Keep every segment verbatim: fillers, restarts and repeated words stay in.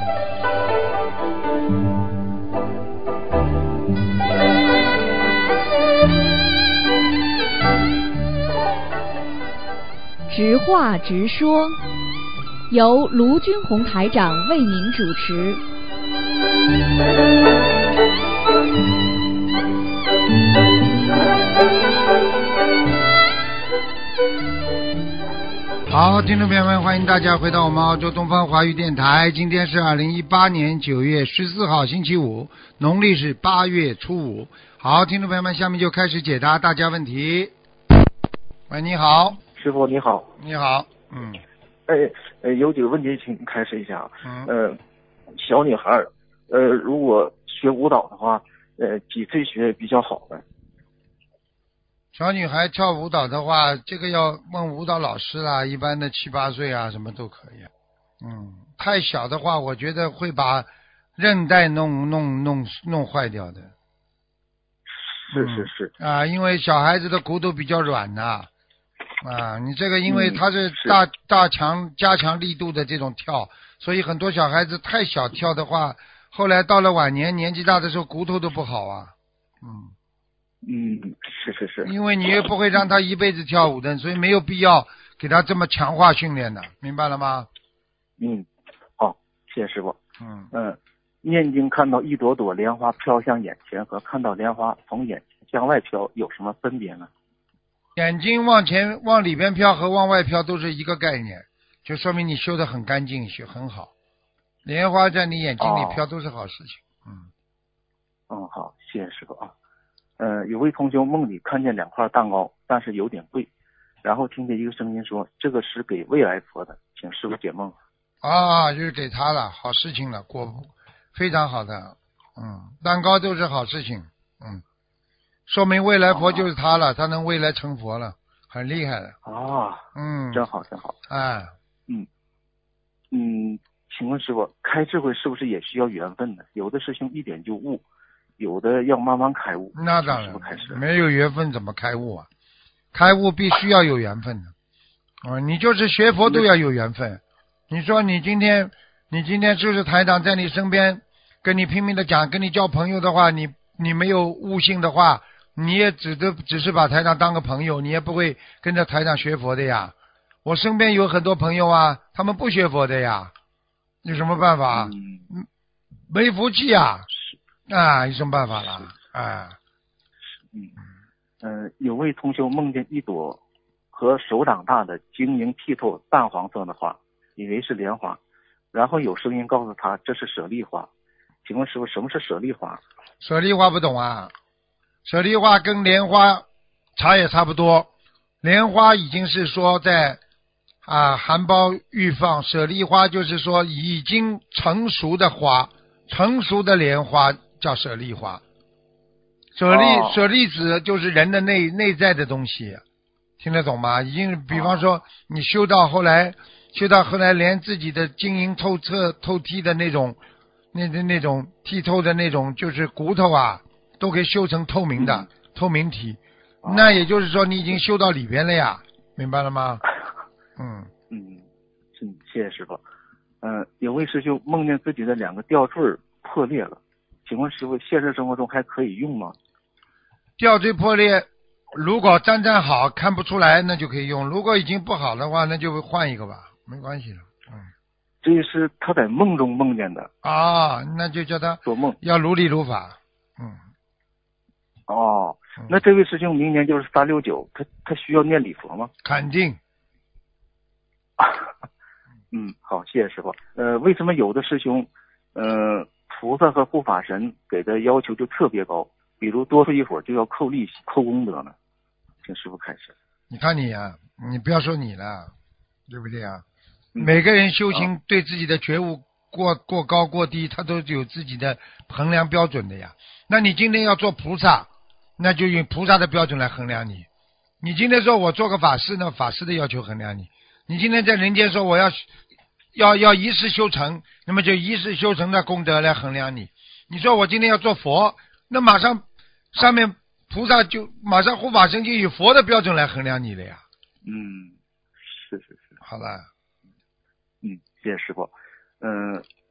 直话直说，由卢军红台长为您主持。 好，听众朋友们，欢迎大家回到我们澳洲东方华语电台。今天是二零一八年九月十四号，星期五，农历是八月初五。好，听众朋友们，下面就开始解答大家问题。喂，你好， 师傅你好。 你好，嗯， 哎呃，有几个问题请开始一下。 嗯， 呃，小女孩呃，如果学舞蹈的话，呃，几岁学比较好呢？ 小女孩跳舞蹈的话，这个要问舞蹈老师啦，一般的七八岁啊，什么都可以。嗯，太小的话，我觉得会把韧带弄弄弄弄坏掉的。 是是是。 嗯、啊，因为小孩子的骨头比较软呐。啊，你这个因为嗯它是大、是大强加强力度的这种跳，所以很多小孩子太小跳的话，后来到了晚年年纪大的时候骨头都不好啊。嗯。 嗯，是是是。 因为你也不会让他一辈子跳舞的，所以没有必要给他这么强化训练的，明白了吗？ 嗯，好，谢谢师傅。 嗯嗯，念经看到一朵朵莲花飘向眼前和看到莲花从眼前向外飘有什么分别呢？ 眼睛往前往里边飘和往外飘都是一个概念，就说明你修得很干净，修很好。莲花在你眼睛里飘都是好事情。哦、嗯。 嗯，好，谢谢师傅啊。呃，有位同学梦里看见两块蛋糕，但是有点贵，然后听见一个声音说这个是给未来佛的，请师傅解梦。 啊，就是给他了，好事情了，果非常好的。嗯，蛋糕都是好事情。嗯，说明未来佛就是他了，啊、他能未来成佛了，很厉害的。 啊， 嗯， 真好真好。 哎， 嗯嗯，请问师傅，开智慧是不是也需要缘分呢？有的师兄一点就悟，有的要慢慢开悟。 那当然，没有缘分怎么开悟啊？开悟必须要有缘分的。哦，你就是学佛都要有缘分。你说你今天，你今天就是台长在你身边，跟你拼命的讲，跟你交朋友的话，你你没有悟性的话，你也只得只是把台长当个朋友，你也不会跟着台长学佛的呀。我身边有很多朋友啊，他们不学佛的呀，有什么办法？ 嗯， 没福气呀。啊，有什么办法了？啊， 嗯嗯、呃，有位同学梦见一朵和手掌大的晶莹剔透淡黄色的花，以为是莲花，然后有声音告诉他这是舍利花。请问师傅，什么是舍利花？ 舍利花不懂啊？舍利花跟莲花差也差不多，莲花已经是说在啊含苞欲放，舍利花就是说已经成熟的花，成熟的莲花叫舍利花。舍利、哦、舍利子就是人的内内在的东西，听得懂吗？已经比方说你修到后来，修到后来连自己的晶莹透彻透剔的那种那那那种剔透的那种就是骨头啊，都可以修成透明的、嗯、透明体，那也就是说你已经修到里边了呀，明白了吗？嗯嗯，谢谢师傅。嗯、呃，有位师兄梦见自己的两个吊坠破裂了，请问师傅，现实生活中还可以用吗？ 吊坠破裂，如果粘粘好看不出来，那就可以用；如果已经不好的话，那就换一个吧，没关系的。嗯， 这是他在梦中梦见的啊，那就叫他做梦， 要如理如法。嗯， 哦，那这位师兄明年就是三六九，他他需要念礼佛吗？ 肯定。 嗯，好，谢谢师傅。呃，为什么有的师兄，呃，菩萨和护法神给的要求就特别高？比如多说一会儿就要扣利息、扣功德呢？请师傅开始。 你看你啊，你不要说你了，对不对啊？嗯、每个人修行对自己的觉悟过过高过低，他都有自己的衡量标准的呀。那你今天要做菩萨，那就用菩萨的标准来衡量你。你今天说我做个法师呢，法师的要求衡量你。你今天在人间说我要要要一世修成，那么就一世修成的功德来衡量你。你说我今天要做佛，那马上上面菩萨就马上护法神就以佛的标准来衡量你了呀。 嗯，是是是。 好了。 嗯，谢谢师傅。嗯、呃，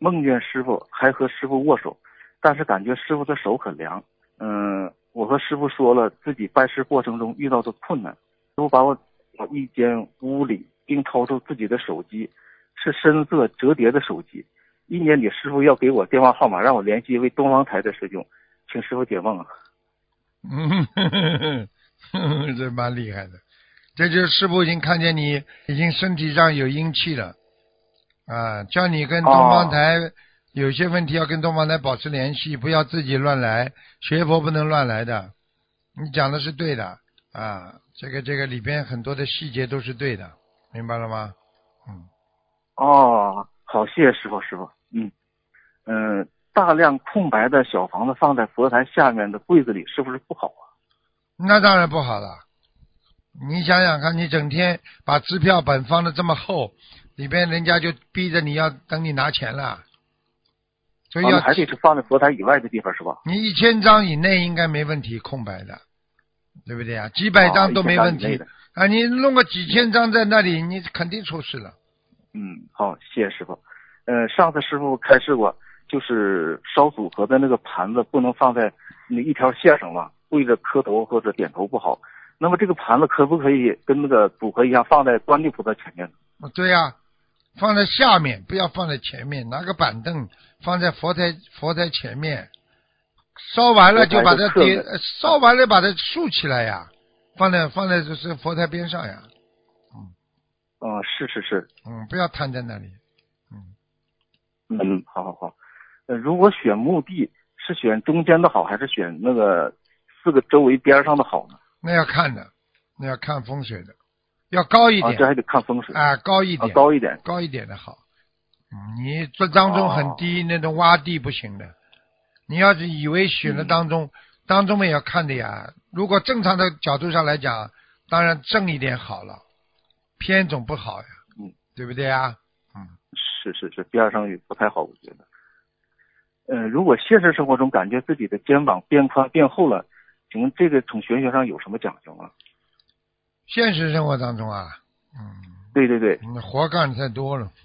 梦见师傅还和师傅握手，但是感觉师傅的手很凉。嗯，我和师傅说了自己拜师过程中遇到的困难，师傅把我到一间屋里，并掏出自己的手机，是深色折叠的手机。一年里师傅要给我电话号码，让我联系一位东方台的师兄，请师傅解梦啊。 嗯，呵呵呵这蛮厉害的。这就是师傅已经看见你已经身体上有阴气了啊，叫你跟东方台、哦、有些问题要跟东方台保持联系，不要自己乱来，学佛不能乱来的。你讲的是对的啊，这个这个里边很多的细节都是对的，明白了吗？嗯。 哦，好，谢谢师傅，师傅。嗯嗯，大量空白的小房子放在佛台下面的柜子里，是不是不好啊？ 那当然不好了。你想想看，你整天把支票本放的这么厚，里边人家就逼着你要等你拿钱了，所以要、 啊、还得是放在佛台以外的地方是吧？ 你一千张以内应该没问题，空白的，对不对啊？几百张都没问题 啊, 啊！你弄个几千张在那里，你肯定出事了。 嗯，好，谢谢师傅。呃，上次师傅开示过，就是烧组合的那个盘子不能放在那一条线上嘛，跪着磕头或者点头不好。那么这个盘子可不可以跟那个组合一样放在观地菩萨前面呢？ 对呀、啊，放在下面，不要放在前面。拿个板凳放在佛台佛台前面，烧完了就把它叠，烧完了把它竖起来呀，放在放在就是佛台边上呀。 嗯，哦、呃，是是是， 嗯，不要摊在那里。 嗯嗯，好好好。呃，如果选墓地是选中间的好，还是选那个四个周围边上的好呢？ 那要看的，那要看风水的，要高一点。 啊，这还得看风水啊，高一点、 啊，高一点， 高一点的好。嗯，你这当中很低，哦、那种洼地不行的。你要是以为选的当中，嗯、当中也要看的呀。如果正常的角度上来讲，当然正一点好了，偏总不好呀。 嗯， 对不对啊？嗯， 是是是，边上也不太好，我觉得。呃，如果现实生活中感觉自己的肩膀变宽变厚了，请问这个从玄学上有什么讲究吗？ 现实生活当中啊，嗯，对对对， 你活干太多了。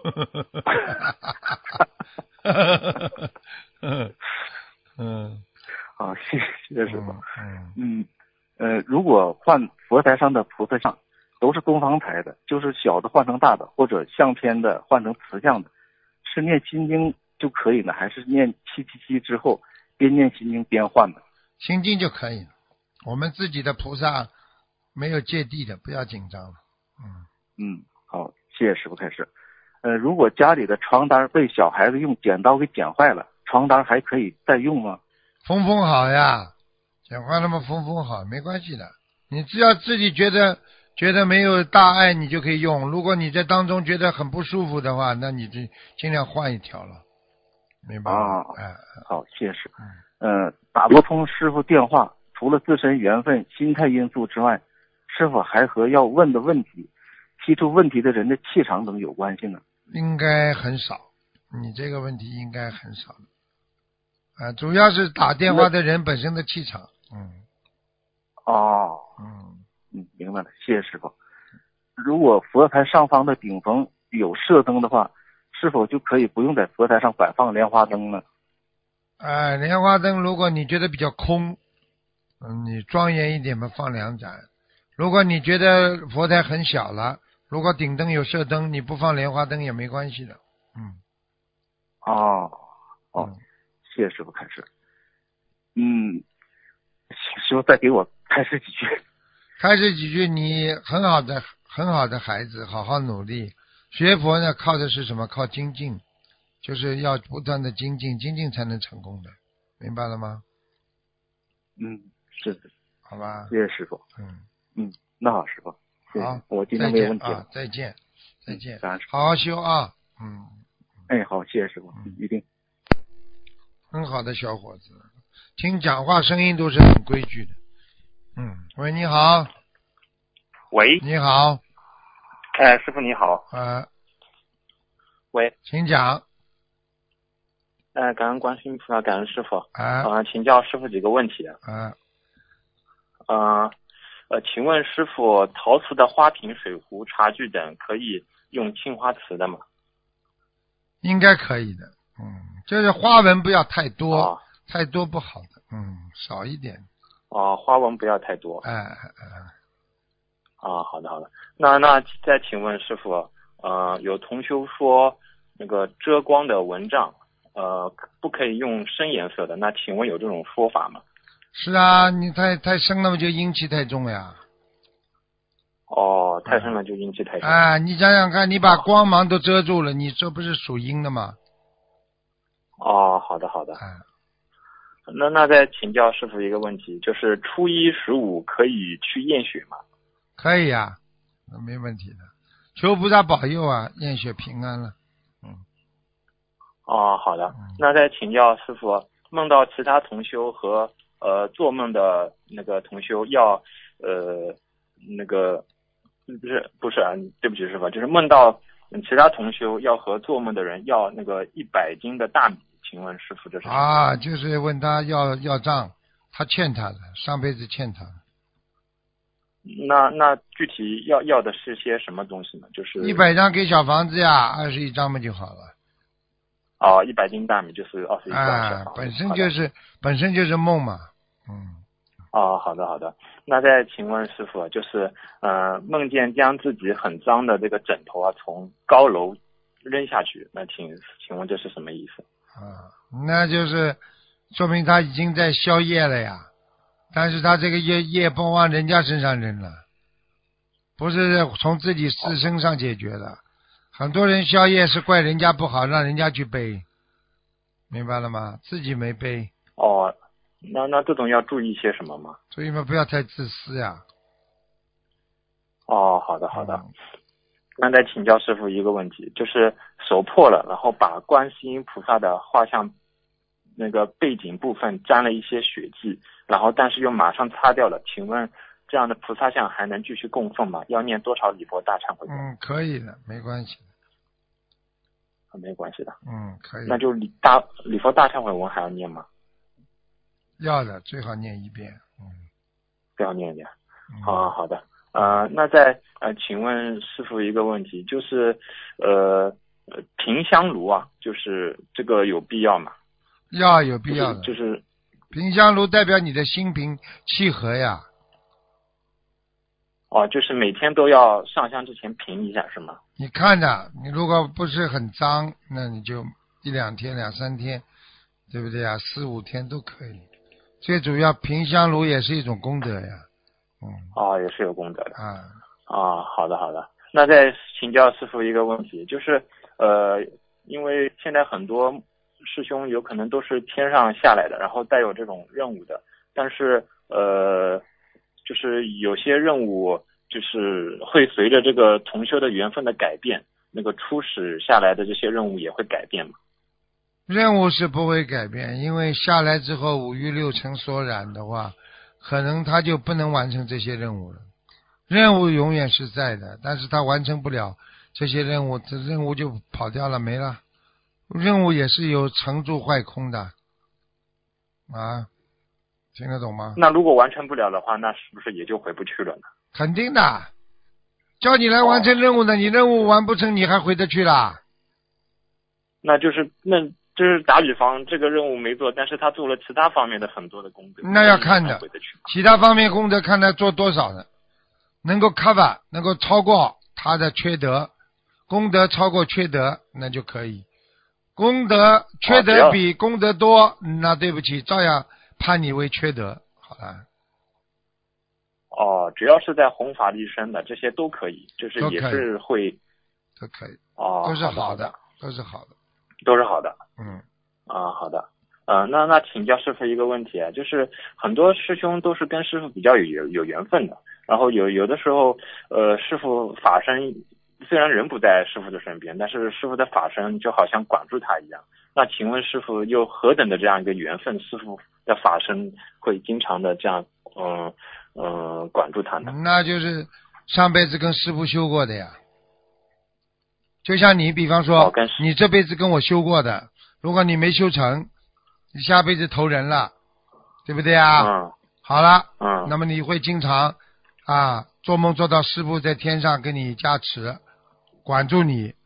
嗯， 好，谢谢谢谢师傅。 嗯嗯呃，如果换佛台上的菩萨像都是东方台的，就是小的换成大的，或者相片的换成瓷像的，是念心经就可以呢，还是念七七七之后边念心经边换呢？ 心经就可以了。我们自己的菩萨没有芥蒂的，不要紧张了。嗯嗯，好，谢谢师傅开始。呃，如果家里的床单被小孩子用剪刀给剪坏了，床单还可以再用吗？ 缝缝好呀，剪坏了嘛缝缝好，没关系的。你只要自己觉得觉得没有大碍，你就可以用。如果你在当中觉得很不舒服的话，那你就尽量换一条了，明白吗？ 啊， 哎， 好，谢谢师傅。嗯、呃，打不通师傅电话，除了自身缘分、心态因素之外，是否还和要问的问题、提出问题的人的气场等有关系呢？ 应该很少，你这个问题应该很少的。啊，主要是打电话的人本身的气场。嗯。 哦。 嗯嗯，明白了，谢谢师傅。如果佛台上方的顶棚有射灯的话，是否就可以不用在佛台上摆放莲花灯呢？ 哎，莲花灯如果你觉得比较空，嗯，你庄严一点嘛，放两盏。如果你觉得佛台很小了，如果顶灯有射灯，你不放莲花灯也没关系的。嗯。 哦，哦，嗯、谢谢师傅开示。嗯，师傅再给我开示几句。 开示几句，你很好的很好的孩子，好好努力。学佛呢，靠的是什么？靠精进，就是要不断的精进，精进才能成功的，明白了吗？ 嗯，是的， 好吧。 谢谢师傅。 嗯嗯，那好，师傅。 好， 我今天没有问题了。 再见，再见， 嗯、 好好修啊。嗯。 哎，好，谢谢师傅，嗯、一定。 很好的小伙子，听讲话声音都是很规矩的。嗯，喂，你好。 喂， 你好。 哎，师傅你好。 呃， 喂， 请讲。 呃，感恩观世音菩萨，感恩师傅。 啊、 呃，请教师傅几个问题。 啊。 呃，呃，请问师傅，陶瓷的花瓶、水壶、茶具等可以用青花瓷的吗？ 应该可以的，嗯，就是花纹不要太多， 哦太多不好的，嗯，少一点。 哦，花纹不要太多。 哎哎哎， 啊，好的好的。那那再请问师傅，呃，有同修说那个遮光的蚊帐，呃，不可以用深颜色的，那请问有这种说法吗？ 是啊，你太太深了嘛，就阴气太重呀。 哦，太深了就阴气太深。 啊，你想想看，你把光芒都遮住了，你这不是属阴的吗？ 哦，好的好的。 啊， 那那再请教师傅一个问题，就是初一十五可以去验血吗？ 可以呀、啊，没问题的。求菩萨保佑啊，验血平安了。嗯。 哦，好的。那再请教师傅，梦到其他同修和呃做梦的那个同修要呃那个不是不是啊，对不起师傅，就是梦到其他同修要和做梦的人要那个一百斤的大米，请问师傅这是什么？ 啊，就是问他要要账，他欠他的，上辈子欠他的。 那那具体要要的是些什么东西呢？就是一百张给小房子呀，二十一张嘛就好了。 哦，一百斤大米就是二十一张小啊， 房子。 本身就是本身就是梦嘛，嗯。 哦，好的好的。那再请问师傅，就是呃梦见将自己很脏的这个枕头啊从高楼扔下去，那请请问这是什么意思？ 啊，那就是说明他已经在消业了呀，但是他这个业业不往人家身上扔了，不是从自己自身上解决的。很多人消业是怪人家不好，让人家去背，明白了吗？自己没背。 哦，那那这种要注意些什么吗？ 所以嘛，不要太自私呀。 哦，好的好的。 嗯， 那再请教师傅一个问题，就是手破了，然后把观世音菩萨的画像那个背景部分沾了一些血迹，然后但是又马上擦掉了，请问这样的菩萨像还能继续供奉吗？要念多少礼佛大忏悔文？ 嗯，可以的，没关系的。 没关系的。 嗯，可以的。 那就礼大礼佛大忏悔文还要念吗？ 要的，最好念一遍。嗯， 不要念一遍。 嗯好、好的。呃，那再呃，请问师傅一个问题，就是呃呃，平香炉啊，就是这个有必要吗？ 要有必要的。 就是就是平香炉代表你的心平气和呀。 哦，就是每天都要上香之前平一下是吗？ 你看着，你如果不是很脏，那你就一两天、两三天，对不对啊？四五天都可以。最主要平香炉也是一种功德呀。嗯。 哦，也是有功德的。 啊。 啊，好的好的。那再请教师傅一个问题，就是呃，因为现在很多师兄有可能都是天上下来的，然后带有这种任务的，但是呃，就是有些任务就是会随着这个同修的缘分的改变，那个初始下来的这些任务也会改变嘛？ 任务是不会改变，因为下来之后五欲六尘所染的话，可能他就不能完成这些任务了。任务永远是在的，但是他完成不了这些任务，这任务就跑掉了，没了。任务也是有成住坏空的啊，听得懂吗？ 那如果完成不了的话，那是不是也就回不去了呢？ 肯定的，叫你来完成任务的，你任务完不成，你还回得去啦？ 那就是那就是打比方，这个任务没做，但是他做了其他方面的很多的功德， 那要看的回得去吗？ 其他方面功德看他做多少的，能够 cover 能够超过他的缺德，功德超过缺德那就可以。功德缺德比功德多，那对不起，照样判你为缺德。好了。 哦，只要是在弘法利生的，这些都可以，就是也是会， 都可以， 哦， 都是好的， 都是好的， 都是好的。 嗯， 啊，好的。呃，那那请教师傅一个问题啊，就是很多师兄都是跟师傅比较有有有缘分的，然后有有的时候，呃，师傅法身虽然人不在师傅的身边，但是师傅的法身就好像管住他一样。那请问师傅有何等的这样一个缘分，师傅的法身会经常的这样，嗯嗯、呃、管住他呢？ 那就是上辈子跟师傅修过的呀。就像你比方说、 哦、 你这辈子跟我修过的，如果你没修成，你下辈子投人了，对不对啊？ 嗯。 好了， 嗯。 那么你会经常啊做梦做到师傅在天上跟你加持，管住你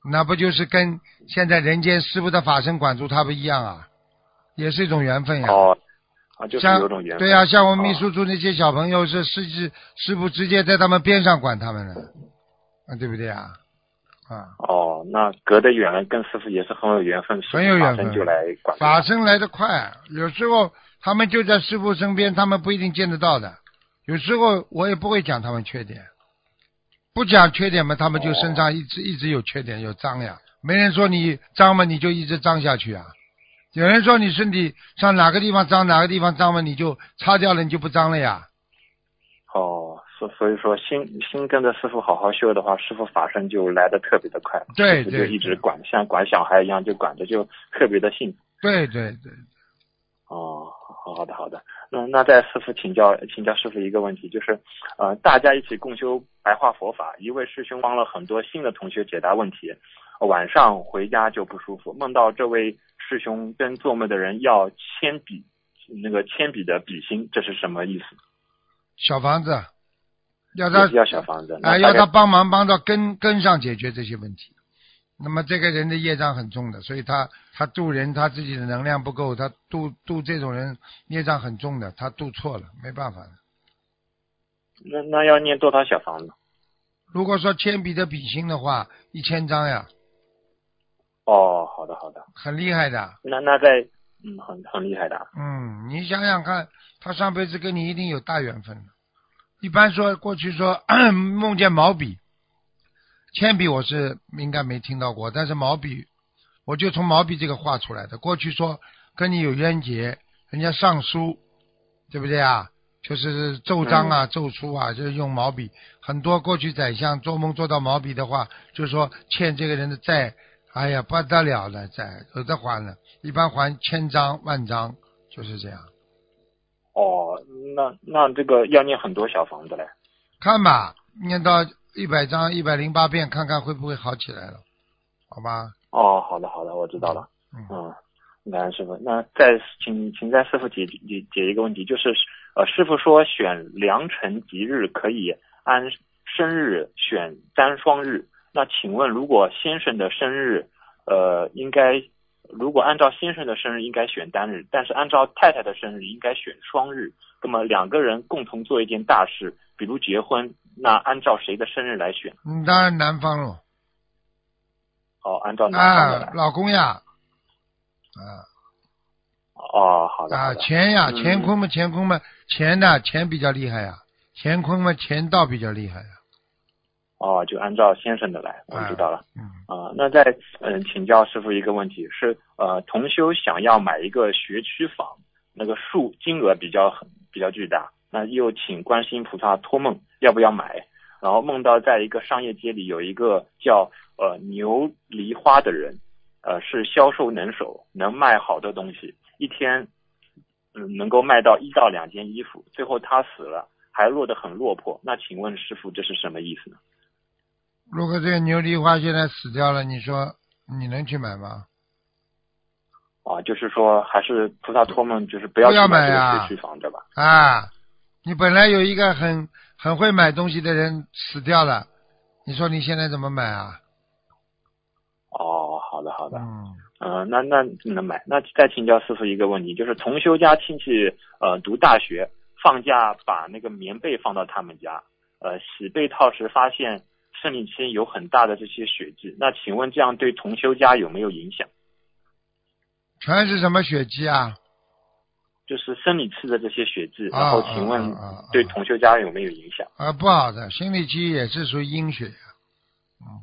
那不就是跟现在人间师傅的法身管住他不一样啊？也是一种缘分呀。 哦，啊，就是有种缘分。 对呀、啊，像我们秘哦书处那些小朋友是师师师傅直接在他们边上管他们的，啊，对不对啊？啊。 哦，那隔得远了，跟师傅也是很有缘分， 很有缘分， 法身就来管。 法身来得快，有时候他们就在师傅身边，他们不一定见得到的。有时候我也不会讲他们缺点，不讲缺点嘛，他们就身上一直、哦、一直有缺点有脏呀。没人说你脏嘛，你就一直脏下去啊。有人说你身体上哪个地方脏哪个地方脏嘛，你就擦掉了，你就不脏了呀。 哦，所所以说心心跟着师傅好好修的话，师傅法身就来得特别的快， 对对， 师傅就一直管，像管小孩一样，就管着就特别的幸福。 对对对。 哦，好的好的，那那再师傅请教请教师傅一个问题，就是呃大家一起共修白话佛法，一位师兄帮了很多新的同学解答问题，晚上回家就不舒服，梦到这位师兄跟做梦的人要铅笔，那个铅笔的笔芯，这是什么意思？ 小房子，要他要小房子， 啊，要他帮忙帮到根根上解决这些问题。那么这个人的业障很重的，所以他他渡人他自己的能量不够，他渡渡这种人业障很重的，他渡错了，没办法的。 那那要念多少小房子？ 如果说铅笔的笔芯的话，一千张呀。 哦，好的好的， 很厉害的。 那那在嗯很很厉害的。 嗯，你想想看，他上辈子跟你一定有大缘分的。一般说过去说梦见毛笔。铅笔我是应该没听到过，但是毛笔我就从毛笔这个画出来的。过去说跟你有冤结，人家上书，对不对啊？就是奏章啊、嗯、奏书啊，就是用毛笔。很多过去宰相做梦做到毛笔的话，就说欠这个人的债，哎呀不得了了，债有的还了，一般还千张万张，就是这样。 哦，那那这个要念很多小房子嘞？ 看吧，念到一百章一百零八遍，看看会不会好起来了，好吧？ 哦，好的好的，我知道了。嗯，嗯感恩师傅。那再请请再师傅解解解一个问题，就是呃，师傅说选良辰吉日可以按生日选单双日，那请问如果先生的生日呃应该如果按照先生的生日应该选单日，但是按照太太的生日应该选双日，那么两个人共同做一件大事，比如结婚，那按照谁的生日来选？ 嗯，当然男方了。 哦，按照男方的来。 啊，老公呀。啊。 哦，好的。 啊，钱呀， 嗯、 乾坤嘛，乾坤嘛，钱的钱比较厉害呀，乾坤嘛，钱道比较厉害呀。 哦，就按照先生的来，我知道了。 嗯。 啊、呃，那再嗯、呃、请教师傅一个问题是，呃，同修想要买一个学区房，那个数金额比较很比较巨大，那又请观世音菩萨托梦，要不要买？然后梦到在一个商业街里有一个叫呃牛梨花的人，呃是销售能手，能卖好多东西，一天嗯能够卖到一到两件衣服，最后他死了，还落得很落魄。那请问师傅这是什么意思呢？ 如果这个牛梨花现在死掉了，你说你能去买吗？ 啊，就是说还是菩萨托梦，就是不要去买这个学区房，对吧？ 啊，你本来有一个很很会买东西的人死掉了，你说你现在怎么买啊？ 哦，好的好的。 嗯。 呃，那那能买。那再请教师傅一个问题，就是同修家亲戚呃读大学，放假把那个棉被放到他们家，呃洗被套时发现生理期有很大的这些血迹，那请问这样对同修家有没有影响？ 全是什么血迹啊？ 就是生理期的这些血迹， 啊、 然后请问对同修家有没有影响？ 啊，不好的，生理期也是属于阴血呀，嗯，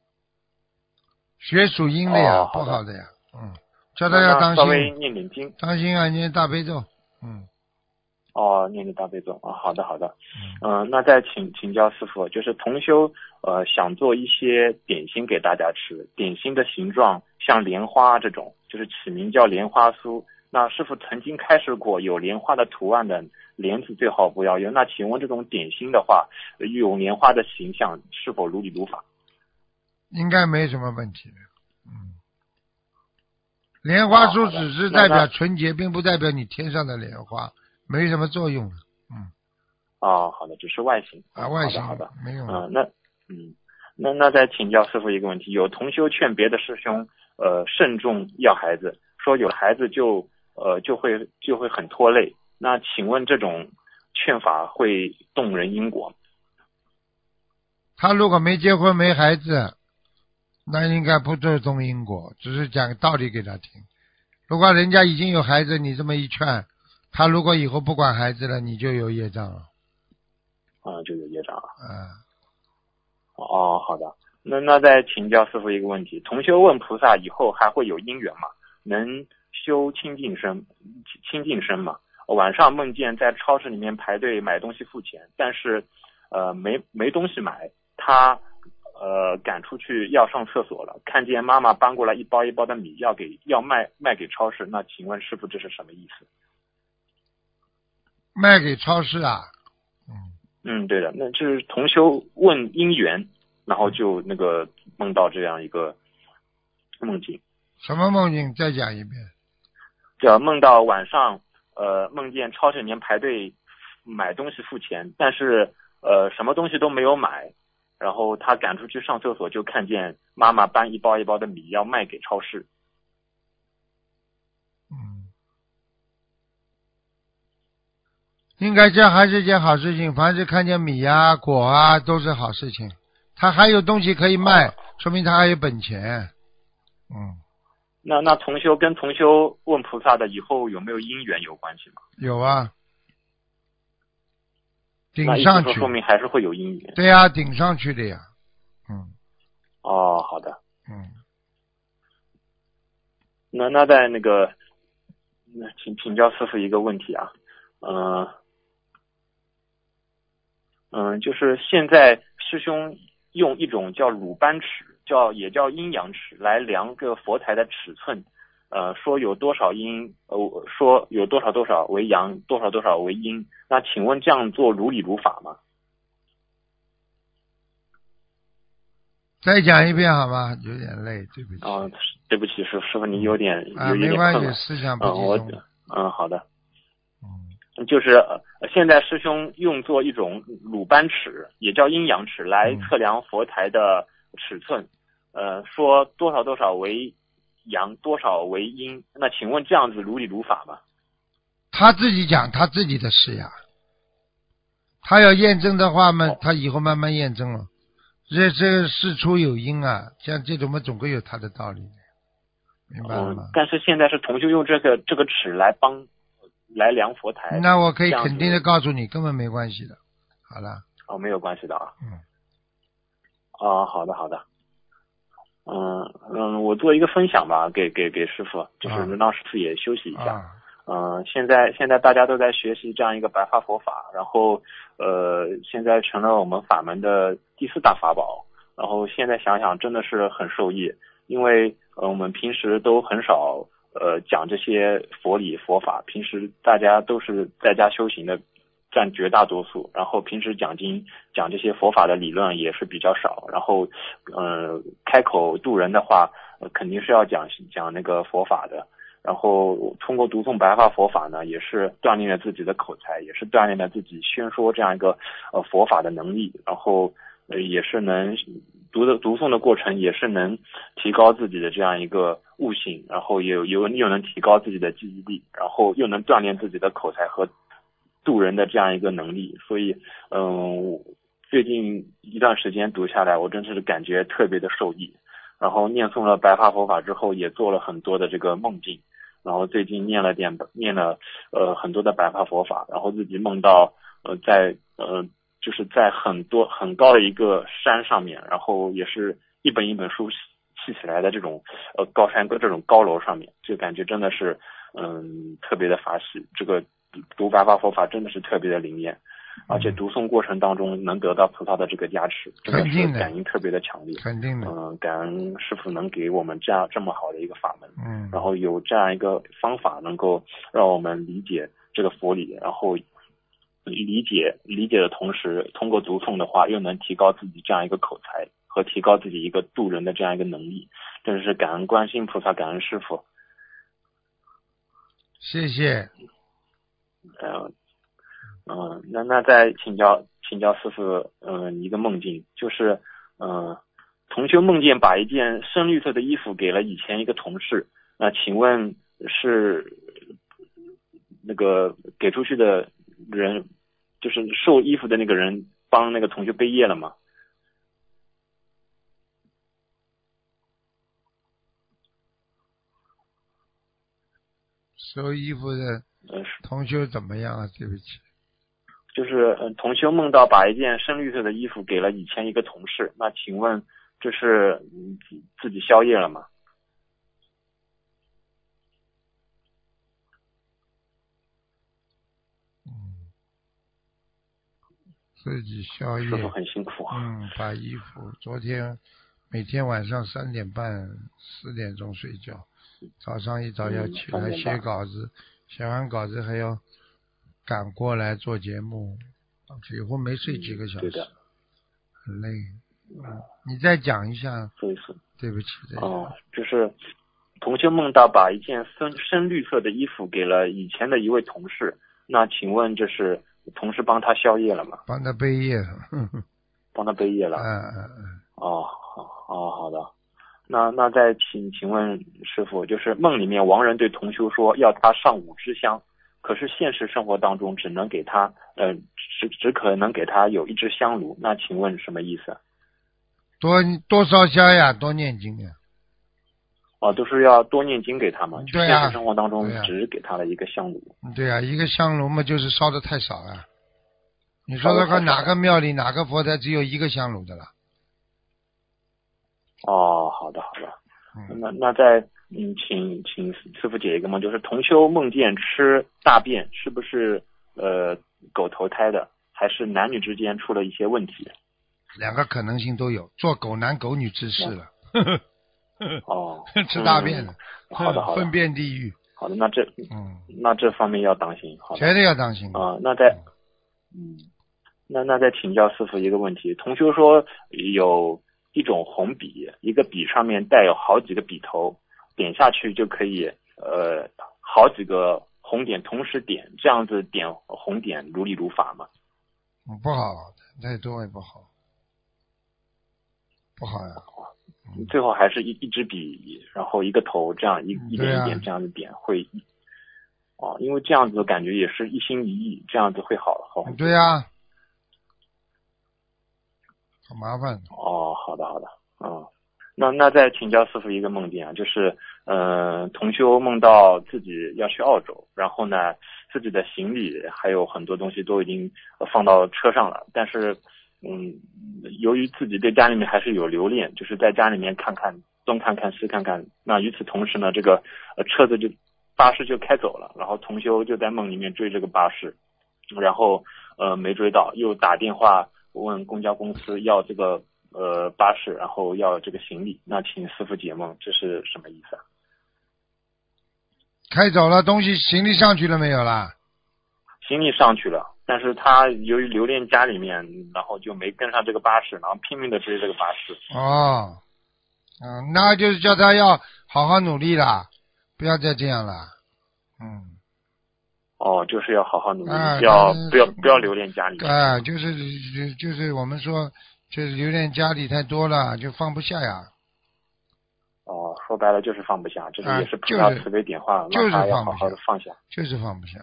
血属阴的呀， 哦、好的不好的呀，嗯，叫他要当心， 稍微念点经， 当心啊，念大悲咒，嗯。 哦，念念大悲咒啊，好的好的，嗯、呃，那再请请教师傅，就是同修呃想做一些点心给大家吃，点心的形状像莲花这种，就是起名叫莲花酥。那师傅曾经开示过，有莲花的图案的莲子最好不要用。那请问这种点心的话，有莲花的形象是否如理如法？ 应该没什么问题的，嗯。莲花酥只是代表纯洁，并不代表你天上的莲花。没什么作用，嗯。 哦，好的，只是外形啊，外形好的，好的， 没用。 嗯、呃，那嗯， 那那再请教师傅一个问题，有同修劝别的师兄呃慎重要孩子，说有孩子就呃就会就会很拖累，那请问这种劝法会动人因果吗？ 他如果没结婚没孩子，那应该不做动因果，只是讲道理给他听。如果人家已经有孩子，你这么一劝，他如果以后不管孩子了，你就有业障了。 啊、就有业障了。 嗯。 哦，好的。那那再请教师傅一个问题，同修问菩萨以后还会有因缘吗？能修清净身清净身吗？晚上梦见在超市里面排队买东西付钱，但是呃没没东西买，他呃赶出去要上厕所了，看见妈妈搬过来一包一包的米要给要卖卖给超市，那请问师傅这是什么意思？ 卖给超市啊？ 嗯嗯，对的，那就是同修问因缘，然后就那个梦到这样一个梦境。 什么梦境？再讲一遍。 叫梦到晚上呃梦见超市里面排队买东西付钱，但是呃什么东西都没有买，然后他赶出去上厕所，就看见妈妈搬一包一包的米要卖给超市。 嗯，应该这还是件好事情，凡是看见米啊果啊都是好事情，他还有东西可以卖，说明他还有本钱。嗯， 那那同修跟同修问菩萨的以后有没有因缘有关系吗？ 有啊，顶那意上去。 思说说明还是会有因缘。 对呀、啊，顶上去的呀。嗯。 哦，好的。 嗯。 那那在那个，那请请教师傅一个问题啊，嗯、呃、嗯、呃，就是现在师兄用一种叫鲁班尺，叫也叫阴阳尺来量个佛台的尺寸，呃，说有多少阴，呃，说有多少多少为阳，多少多少为阴。那请问这样做如理如法吗？ 再讲一遍好吗？有点累，对不起。 哦，对不起，师师傅，你有点、 啊、 有有点没关系， 困了。 思想不嗯，我集中。 嗯，好的。 嗯。 就是呃现在师兄用作一种鲁班尺，也叫阴阳尺，来测量佛台的尺寸，呃，说多少多少为阳，多少为阴。那请问这样子如理如法吗？ 他自己讲他自己的事呀，他要验证的话嘛，他以后慢慢验证了。这这个事出有因啊，像这种嘛，总归有他的道理，明白了吗？ 嗯，但是现在是同修用这个这个尺来帮来量佛台。 那我可以肯定的告诉你，根本没关系的。好了。 哦，没有关系的啊。 嗯。 哦，好的好的。嗯嗯，我做一个分享吧，给给给师傅，就是让师傅也休息一下。 啊。 嗯、呃，现在现在大家都在学习这样一个白话佛法，然后呃，现在成了我们法门的第四大法宝。然后现在想想真的是很受益，因为呃我们平时都很少呃讲这些佛理佛法，平时大家都是在家修行的占绝大多数，然后平时讲经讲这些佛法的理论也是比较少，然后呃开口度人的话、呃、肯定是要讲讲那个佛法的。然后通过读诵白话佛法呢，也是锻炼了自己的口才，也是锻炼了自己宣说这样一个呃佛法的能力。然后呃也是能读的读诵的过程，也是能提高自己的这样一个悟性，然后也有又又能提高自己的记忆力，然后又能锻炼自己的口才和度人的这样一个能力。所以嗯，最近一段时间读下来，我真是感觉特别的受益。然后念诵了白话佛法之后，也做了很多的这个梦境。然后最近念了点念了呃很多的白话佛法，然后自己梦到呃在呃就是在很多很高的一个山上面，然后也是一本一本书砌起来的这种呃高山跟这种高楼上面，就感觉真的是嗯特别的法喜。这个读白话佛法真的是特别的灵验。而且读诵过程当中能得到菩萨的这个加持，真的是感应特别的强烈。 肯定的。 嗯，感恩师父能给我们这样这么好的一个法门。 嗯。 然后有这样一个方法，能够让我们理解这个佛理，然后理解理解的同时，通过读诵的话，又能提高自己这样一个口才和提高自己一个度人的这样一个能力。真是感恩观世音菩萨，感恩师父。 谢谢。 呃。嗯，那那再请教请教师傅，嗯、呃，一个梦境，就是，嗯、呃， 同修梦见把一件深绿色的衣服给了以前一个同事，那请问是那个给出去的人，就是收衣服的那个人帮那个同修背业了吗？ 收衣服的同修怎么样啊？对不起， 就是呃，同修梦到把一件深绿色的衣服给了以前一个同事，那请问这是嗯自己宵夜了吗？ 嗯，自己宵夜， 师傅很辛苦啊。 嗯，把衣服，昨天每天晚上三点半、四点钟睡觉，早上一早要起来写稿子，写完稿子还要赶过来做节目，几乎没睡几个小时， 嗯、 很累。嗯，你再讲一下。 所以是对不起。 哦，就是同修梦到把一件深深绿色的衣服给了以前的一位同事，那请问这是同事帮他宵夜了吗？ 帮他背业了。 帮他背业了。 嗯嗯嗯。 哦，好，哦，好的。那那再请请问师傅，就是梦里面亡人对同修说要他上五支香，可是现实生活当中只能给他呃只只可能给他有一支香炉，那请问什么意思？ 多多烧香呀，多念经呀。 哦，都是要多念经给他嘛？ 对呀。 现实生活当中只是给他了一个香炉。 对呀、啊，一个香炉嘛，就是烧的太少了。你说说看，哪个庙里哪个佛台只有一个香炉的了？ 哦，好的好的。嗯、那那再嗯，请请师傅解一个梦，就是同修梦见吃大便，是不是呃狗投胎的，还是男女之间出了一些问题？ 两个可能性都有，做狗男狗女之事了。 哦， 吃大便了、 嗯，好的好的， 粪便地狱。 好的，那这嗯，那这方面要当心，好的， 绝对要当心啊、呃。那再嗯，那那再请教师傅一个问题，同修说有一种红笔，一个笔上面带有好几个笔头，点下去就可以呃好几个红点同时点，这样子点红点如理如法吗？ 嗯，不好，太多也不好，不好呀。 嗯、最后还是一一支笔，然后一个头，这样一一点一点这样子点、啊、会，哦，因为这样子感觉也是一心一意，这样子会好好很多。 对呀、啊，好麻烦。 哦，好的好的，嗯，那那再请教师傅一个梦境啊，就是呃，同修梦到自己要去澳洲，然后呢，自己的行李还有很多东西都已经放到车上了，但是嗯，由于自己对家里面还是有留恋，就是在家里面看看东看看西看看，那与此同时呢，这个呃车子就巴士就开走了，然后同修就在梦里面追这个巴士，然后呃没追到，又打电话问公交公司要这个呃巴士，然后要这个行李，那请师傅解梦，这是什么意思啊？ 开走了，东西行李上去了没有啦？ 行李上去了，但是他由于留恋家里面，然后就没跟上这个巴士，然后拼命的追这个巴士。 哦，嗯，那就是叫他要好好努力啦，不要再这样了。嗯。 哦，就是要好好努力， 啊、 要不要不要留恋家里面。 啊，就是就是我们说，就是留恋家里太多了，就放不下呀。 哦，说白了就是放不下，这是也是菩萨慈悲点化， 就是让他要好好的放下， 就是放不下。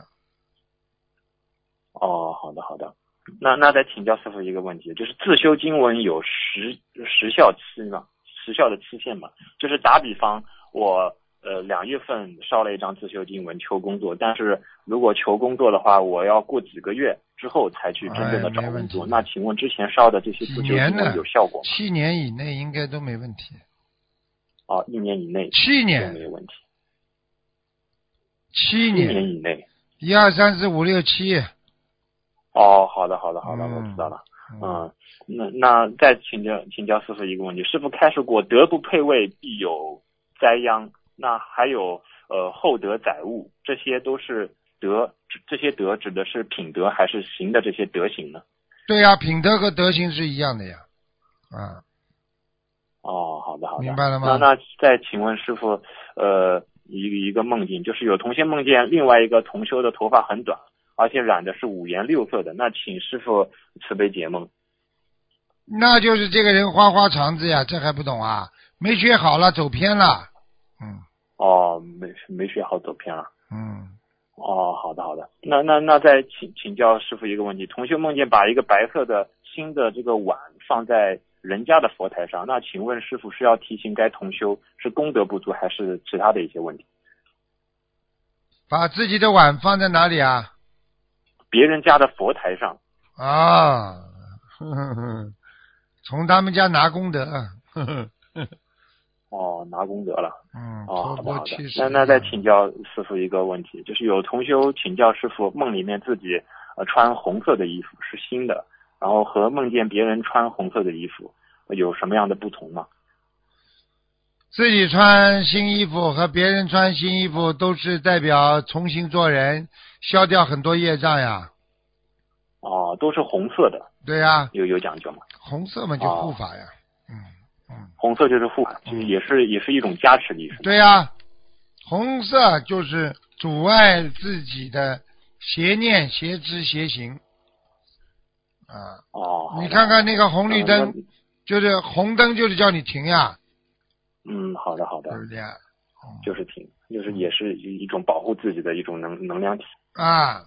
哦，好的好的，那那再请教师傅一个问题，就是自修经文有时时效期吗？时效的期限吗？就是打比方，我呃两月份烧了一张自修经文求工作，但是如果求工作的话，我要过几个月之后才去真正的找工作。哎、那请问之前烧的这些自修经文有效果吗？ 七年以内应该都没问题。 哦，一年以内。 七年没有问题。 七年。 七年以内。 一二三四五六七。 哦，好的，好的，好的， 嗯、 我知道了。嗯，那那再请教请教师傅一个问题，师傅开示过德不配位必有灾殃，那还有呃厚德载物，这些都是德，这些德指的是品德还是行的这些德行呢？ 对呀、啊，品德和德行是一样的呀。啊。 哦，好的好的， 明白了吗？ 那那再请问师傅，呃，一一个梦境，就是有同学梦见另外一个同修的头发很短，而且染的是五颜六色的，那请师傅慈悲解梦。 那就是这个人花花肠子呀，这还不懂啊？没学好了，走偏了。嗯。 哦，没没学好，走偏了。 嗯。 哦，好的好的。那那那再请请教师傅一个问题，同修梦见把一个白色的新的这个碗放在人家的佛台上，那请问师傅是要提醒该同修是功德不足，还是其他的一些问题？ 把自己的碗放在哪里啊？ 别人家的佛台上。 啊，呵呵呵，从他们家拿功德。呵呵呵哦，拿功德了。 嗯， 哦，好的好的。 那那再请教师傅一个问题，就是有同修请教师傅，梦里面自己呃穿红色的衣服是新的，然后和梦见别人穿红色的衣服有什么样的不同吗？ 自己穿新衣服和别人穿新衣服都是代表重新做人，消掉很多业障呀。 哦，都是红色的。 对呀。 有有讲究吗？ 红色嘛就护法呀。哦、嗯嗯。 红色就是护法，就是也是、嗯、也是一种加持力。 对呀，红色就是阻碍自己的邪念、邪知、邪行。啊。 哦。 你看看那个红绿灯，嗯、就是红灯就是叫你停呀。 嗯，好的好的。 对不对啊？ 就是停，就是也是一种保护自己的一种能能量体。 啊。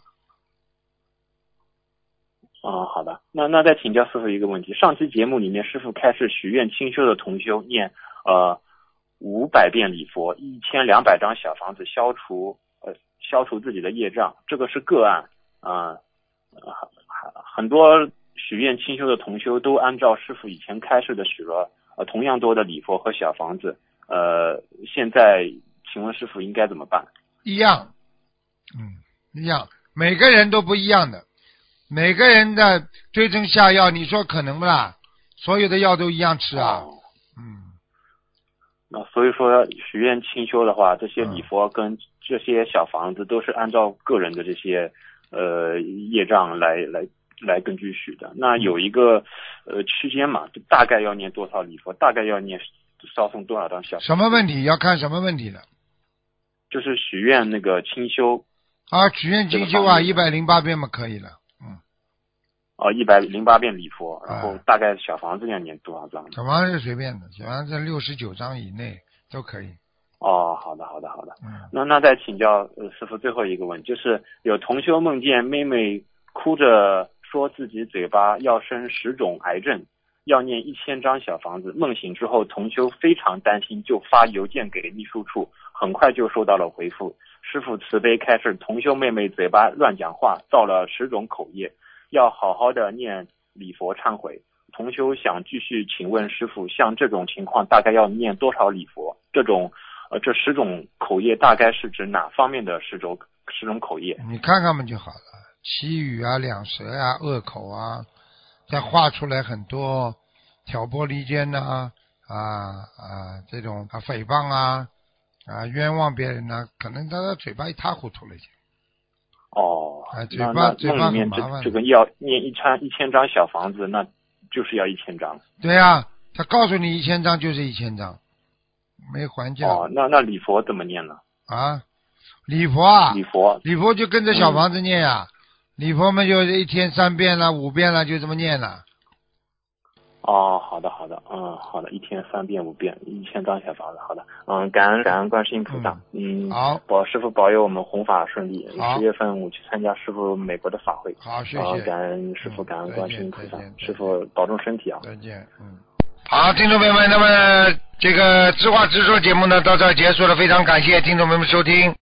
啊，好的。那那再请教师傅一个问题，上期节目里面师傅开始许愿清修的同修念呃五百遍礼佛，一千两百张小房子，消除呃消除自己的业障，这个是个案啊、呃，很多许愿清修的同修都按照师傅以前开示的许了呃同样多的礼佛和小房子，呃现在请问师傅应该怎么办？ 一样，嗯，一样，每个人都不一样的。每个人的对症下药，你说可能不啦？所有的药都一样吃啊。哦、嗯。 那所以说许愿清修的话，这些礼佛跟这些小房子都是按照个人的这些呃业障来来来根据许的。那有一个呃区间嘛，就大概要念多少礼佛，大概要念烧送多少张小房子。 什么问题？要看什么问题了？ 就是许愿那个清修。 啊，许愿清修啊，一百零八遍嘛，可以了。 哦，一百零八遍礼佛，然后大概小房子要念多少张？ 小房子随便的，小房子六十九张以内都可以。 哦，好的，好的，好的。 嗯， 那那再请教呃师傅最后一个问题，就是有同修梦见妹妹哭着说自己嘴巴要生十种癌症，要念一千张小房子。梦醒之后，同修非常担心，就发邮件给秘书处，很快就收到了回复。师傅慈悲开示，同修妹妹嘴巴乱讲话，造了十种口业。要好好的念礼佛忏悔。同修想继续请问师父，像这种情况大概要念多少礼佛？这种呃这十种口业大概是指哪方面的十种十种口业？ 你看看嘛就好了，绮语啊、两舌啊、恶口啊，再画出来很多挑拨离间呐、啊，啊啊这种啊诽谤啊啊冤枉别人呐、啊，可能他的嘴巴一塌糊涂了已经。 哦， 啊，嘴巴嘴巴很麻烦。 这个要念一千一千张小房子，那就是要一千张。 对啊，他告诉你一千张就是一千张，没还价。 哦，那那礼佛怎么念呢？ 啊，礼佛啊， 礼佛， 礼佛就跟着小房子念呀、啊嗯，礼佛嘛就一天三遍了、五遍了，就这么念了。 哦，好的好的，嗯，好的，一天三遍五遍，一千张小房子，好的，嗯，感恩感恩观世音菩萨，嗯， 好， 保师父保佑我们弘法顺利。十月份我去参加师父美国的法会， 好，谢谢， 呃、感恩师父、嗯，感恩观世音菩萨，师父保重身体啊， 再见，嗯。好，听众朋友们，那么这个知话直说节目呢到这结束了，非常感谢听众朋友们收听。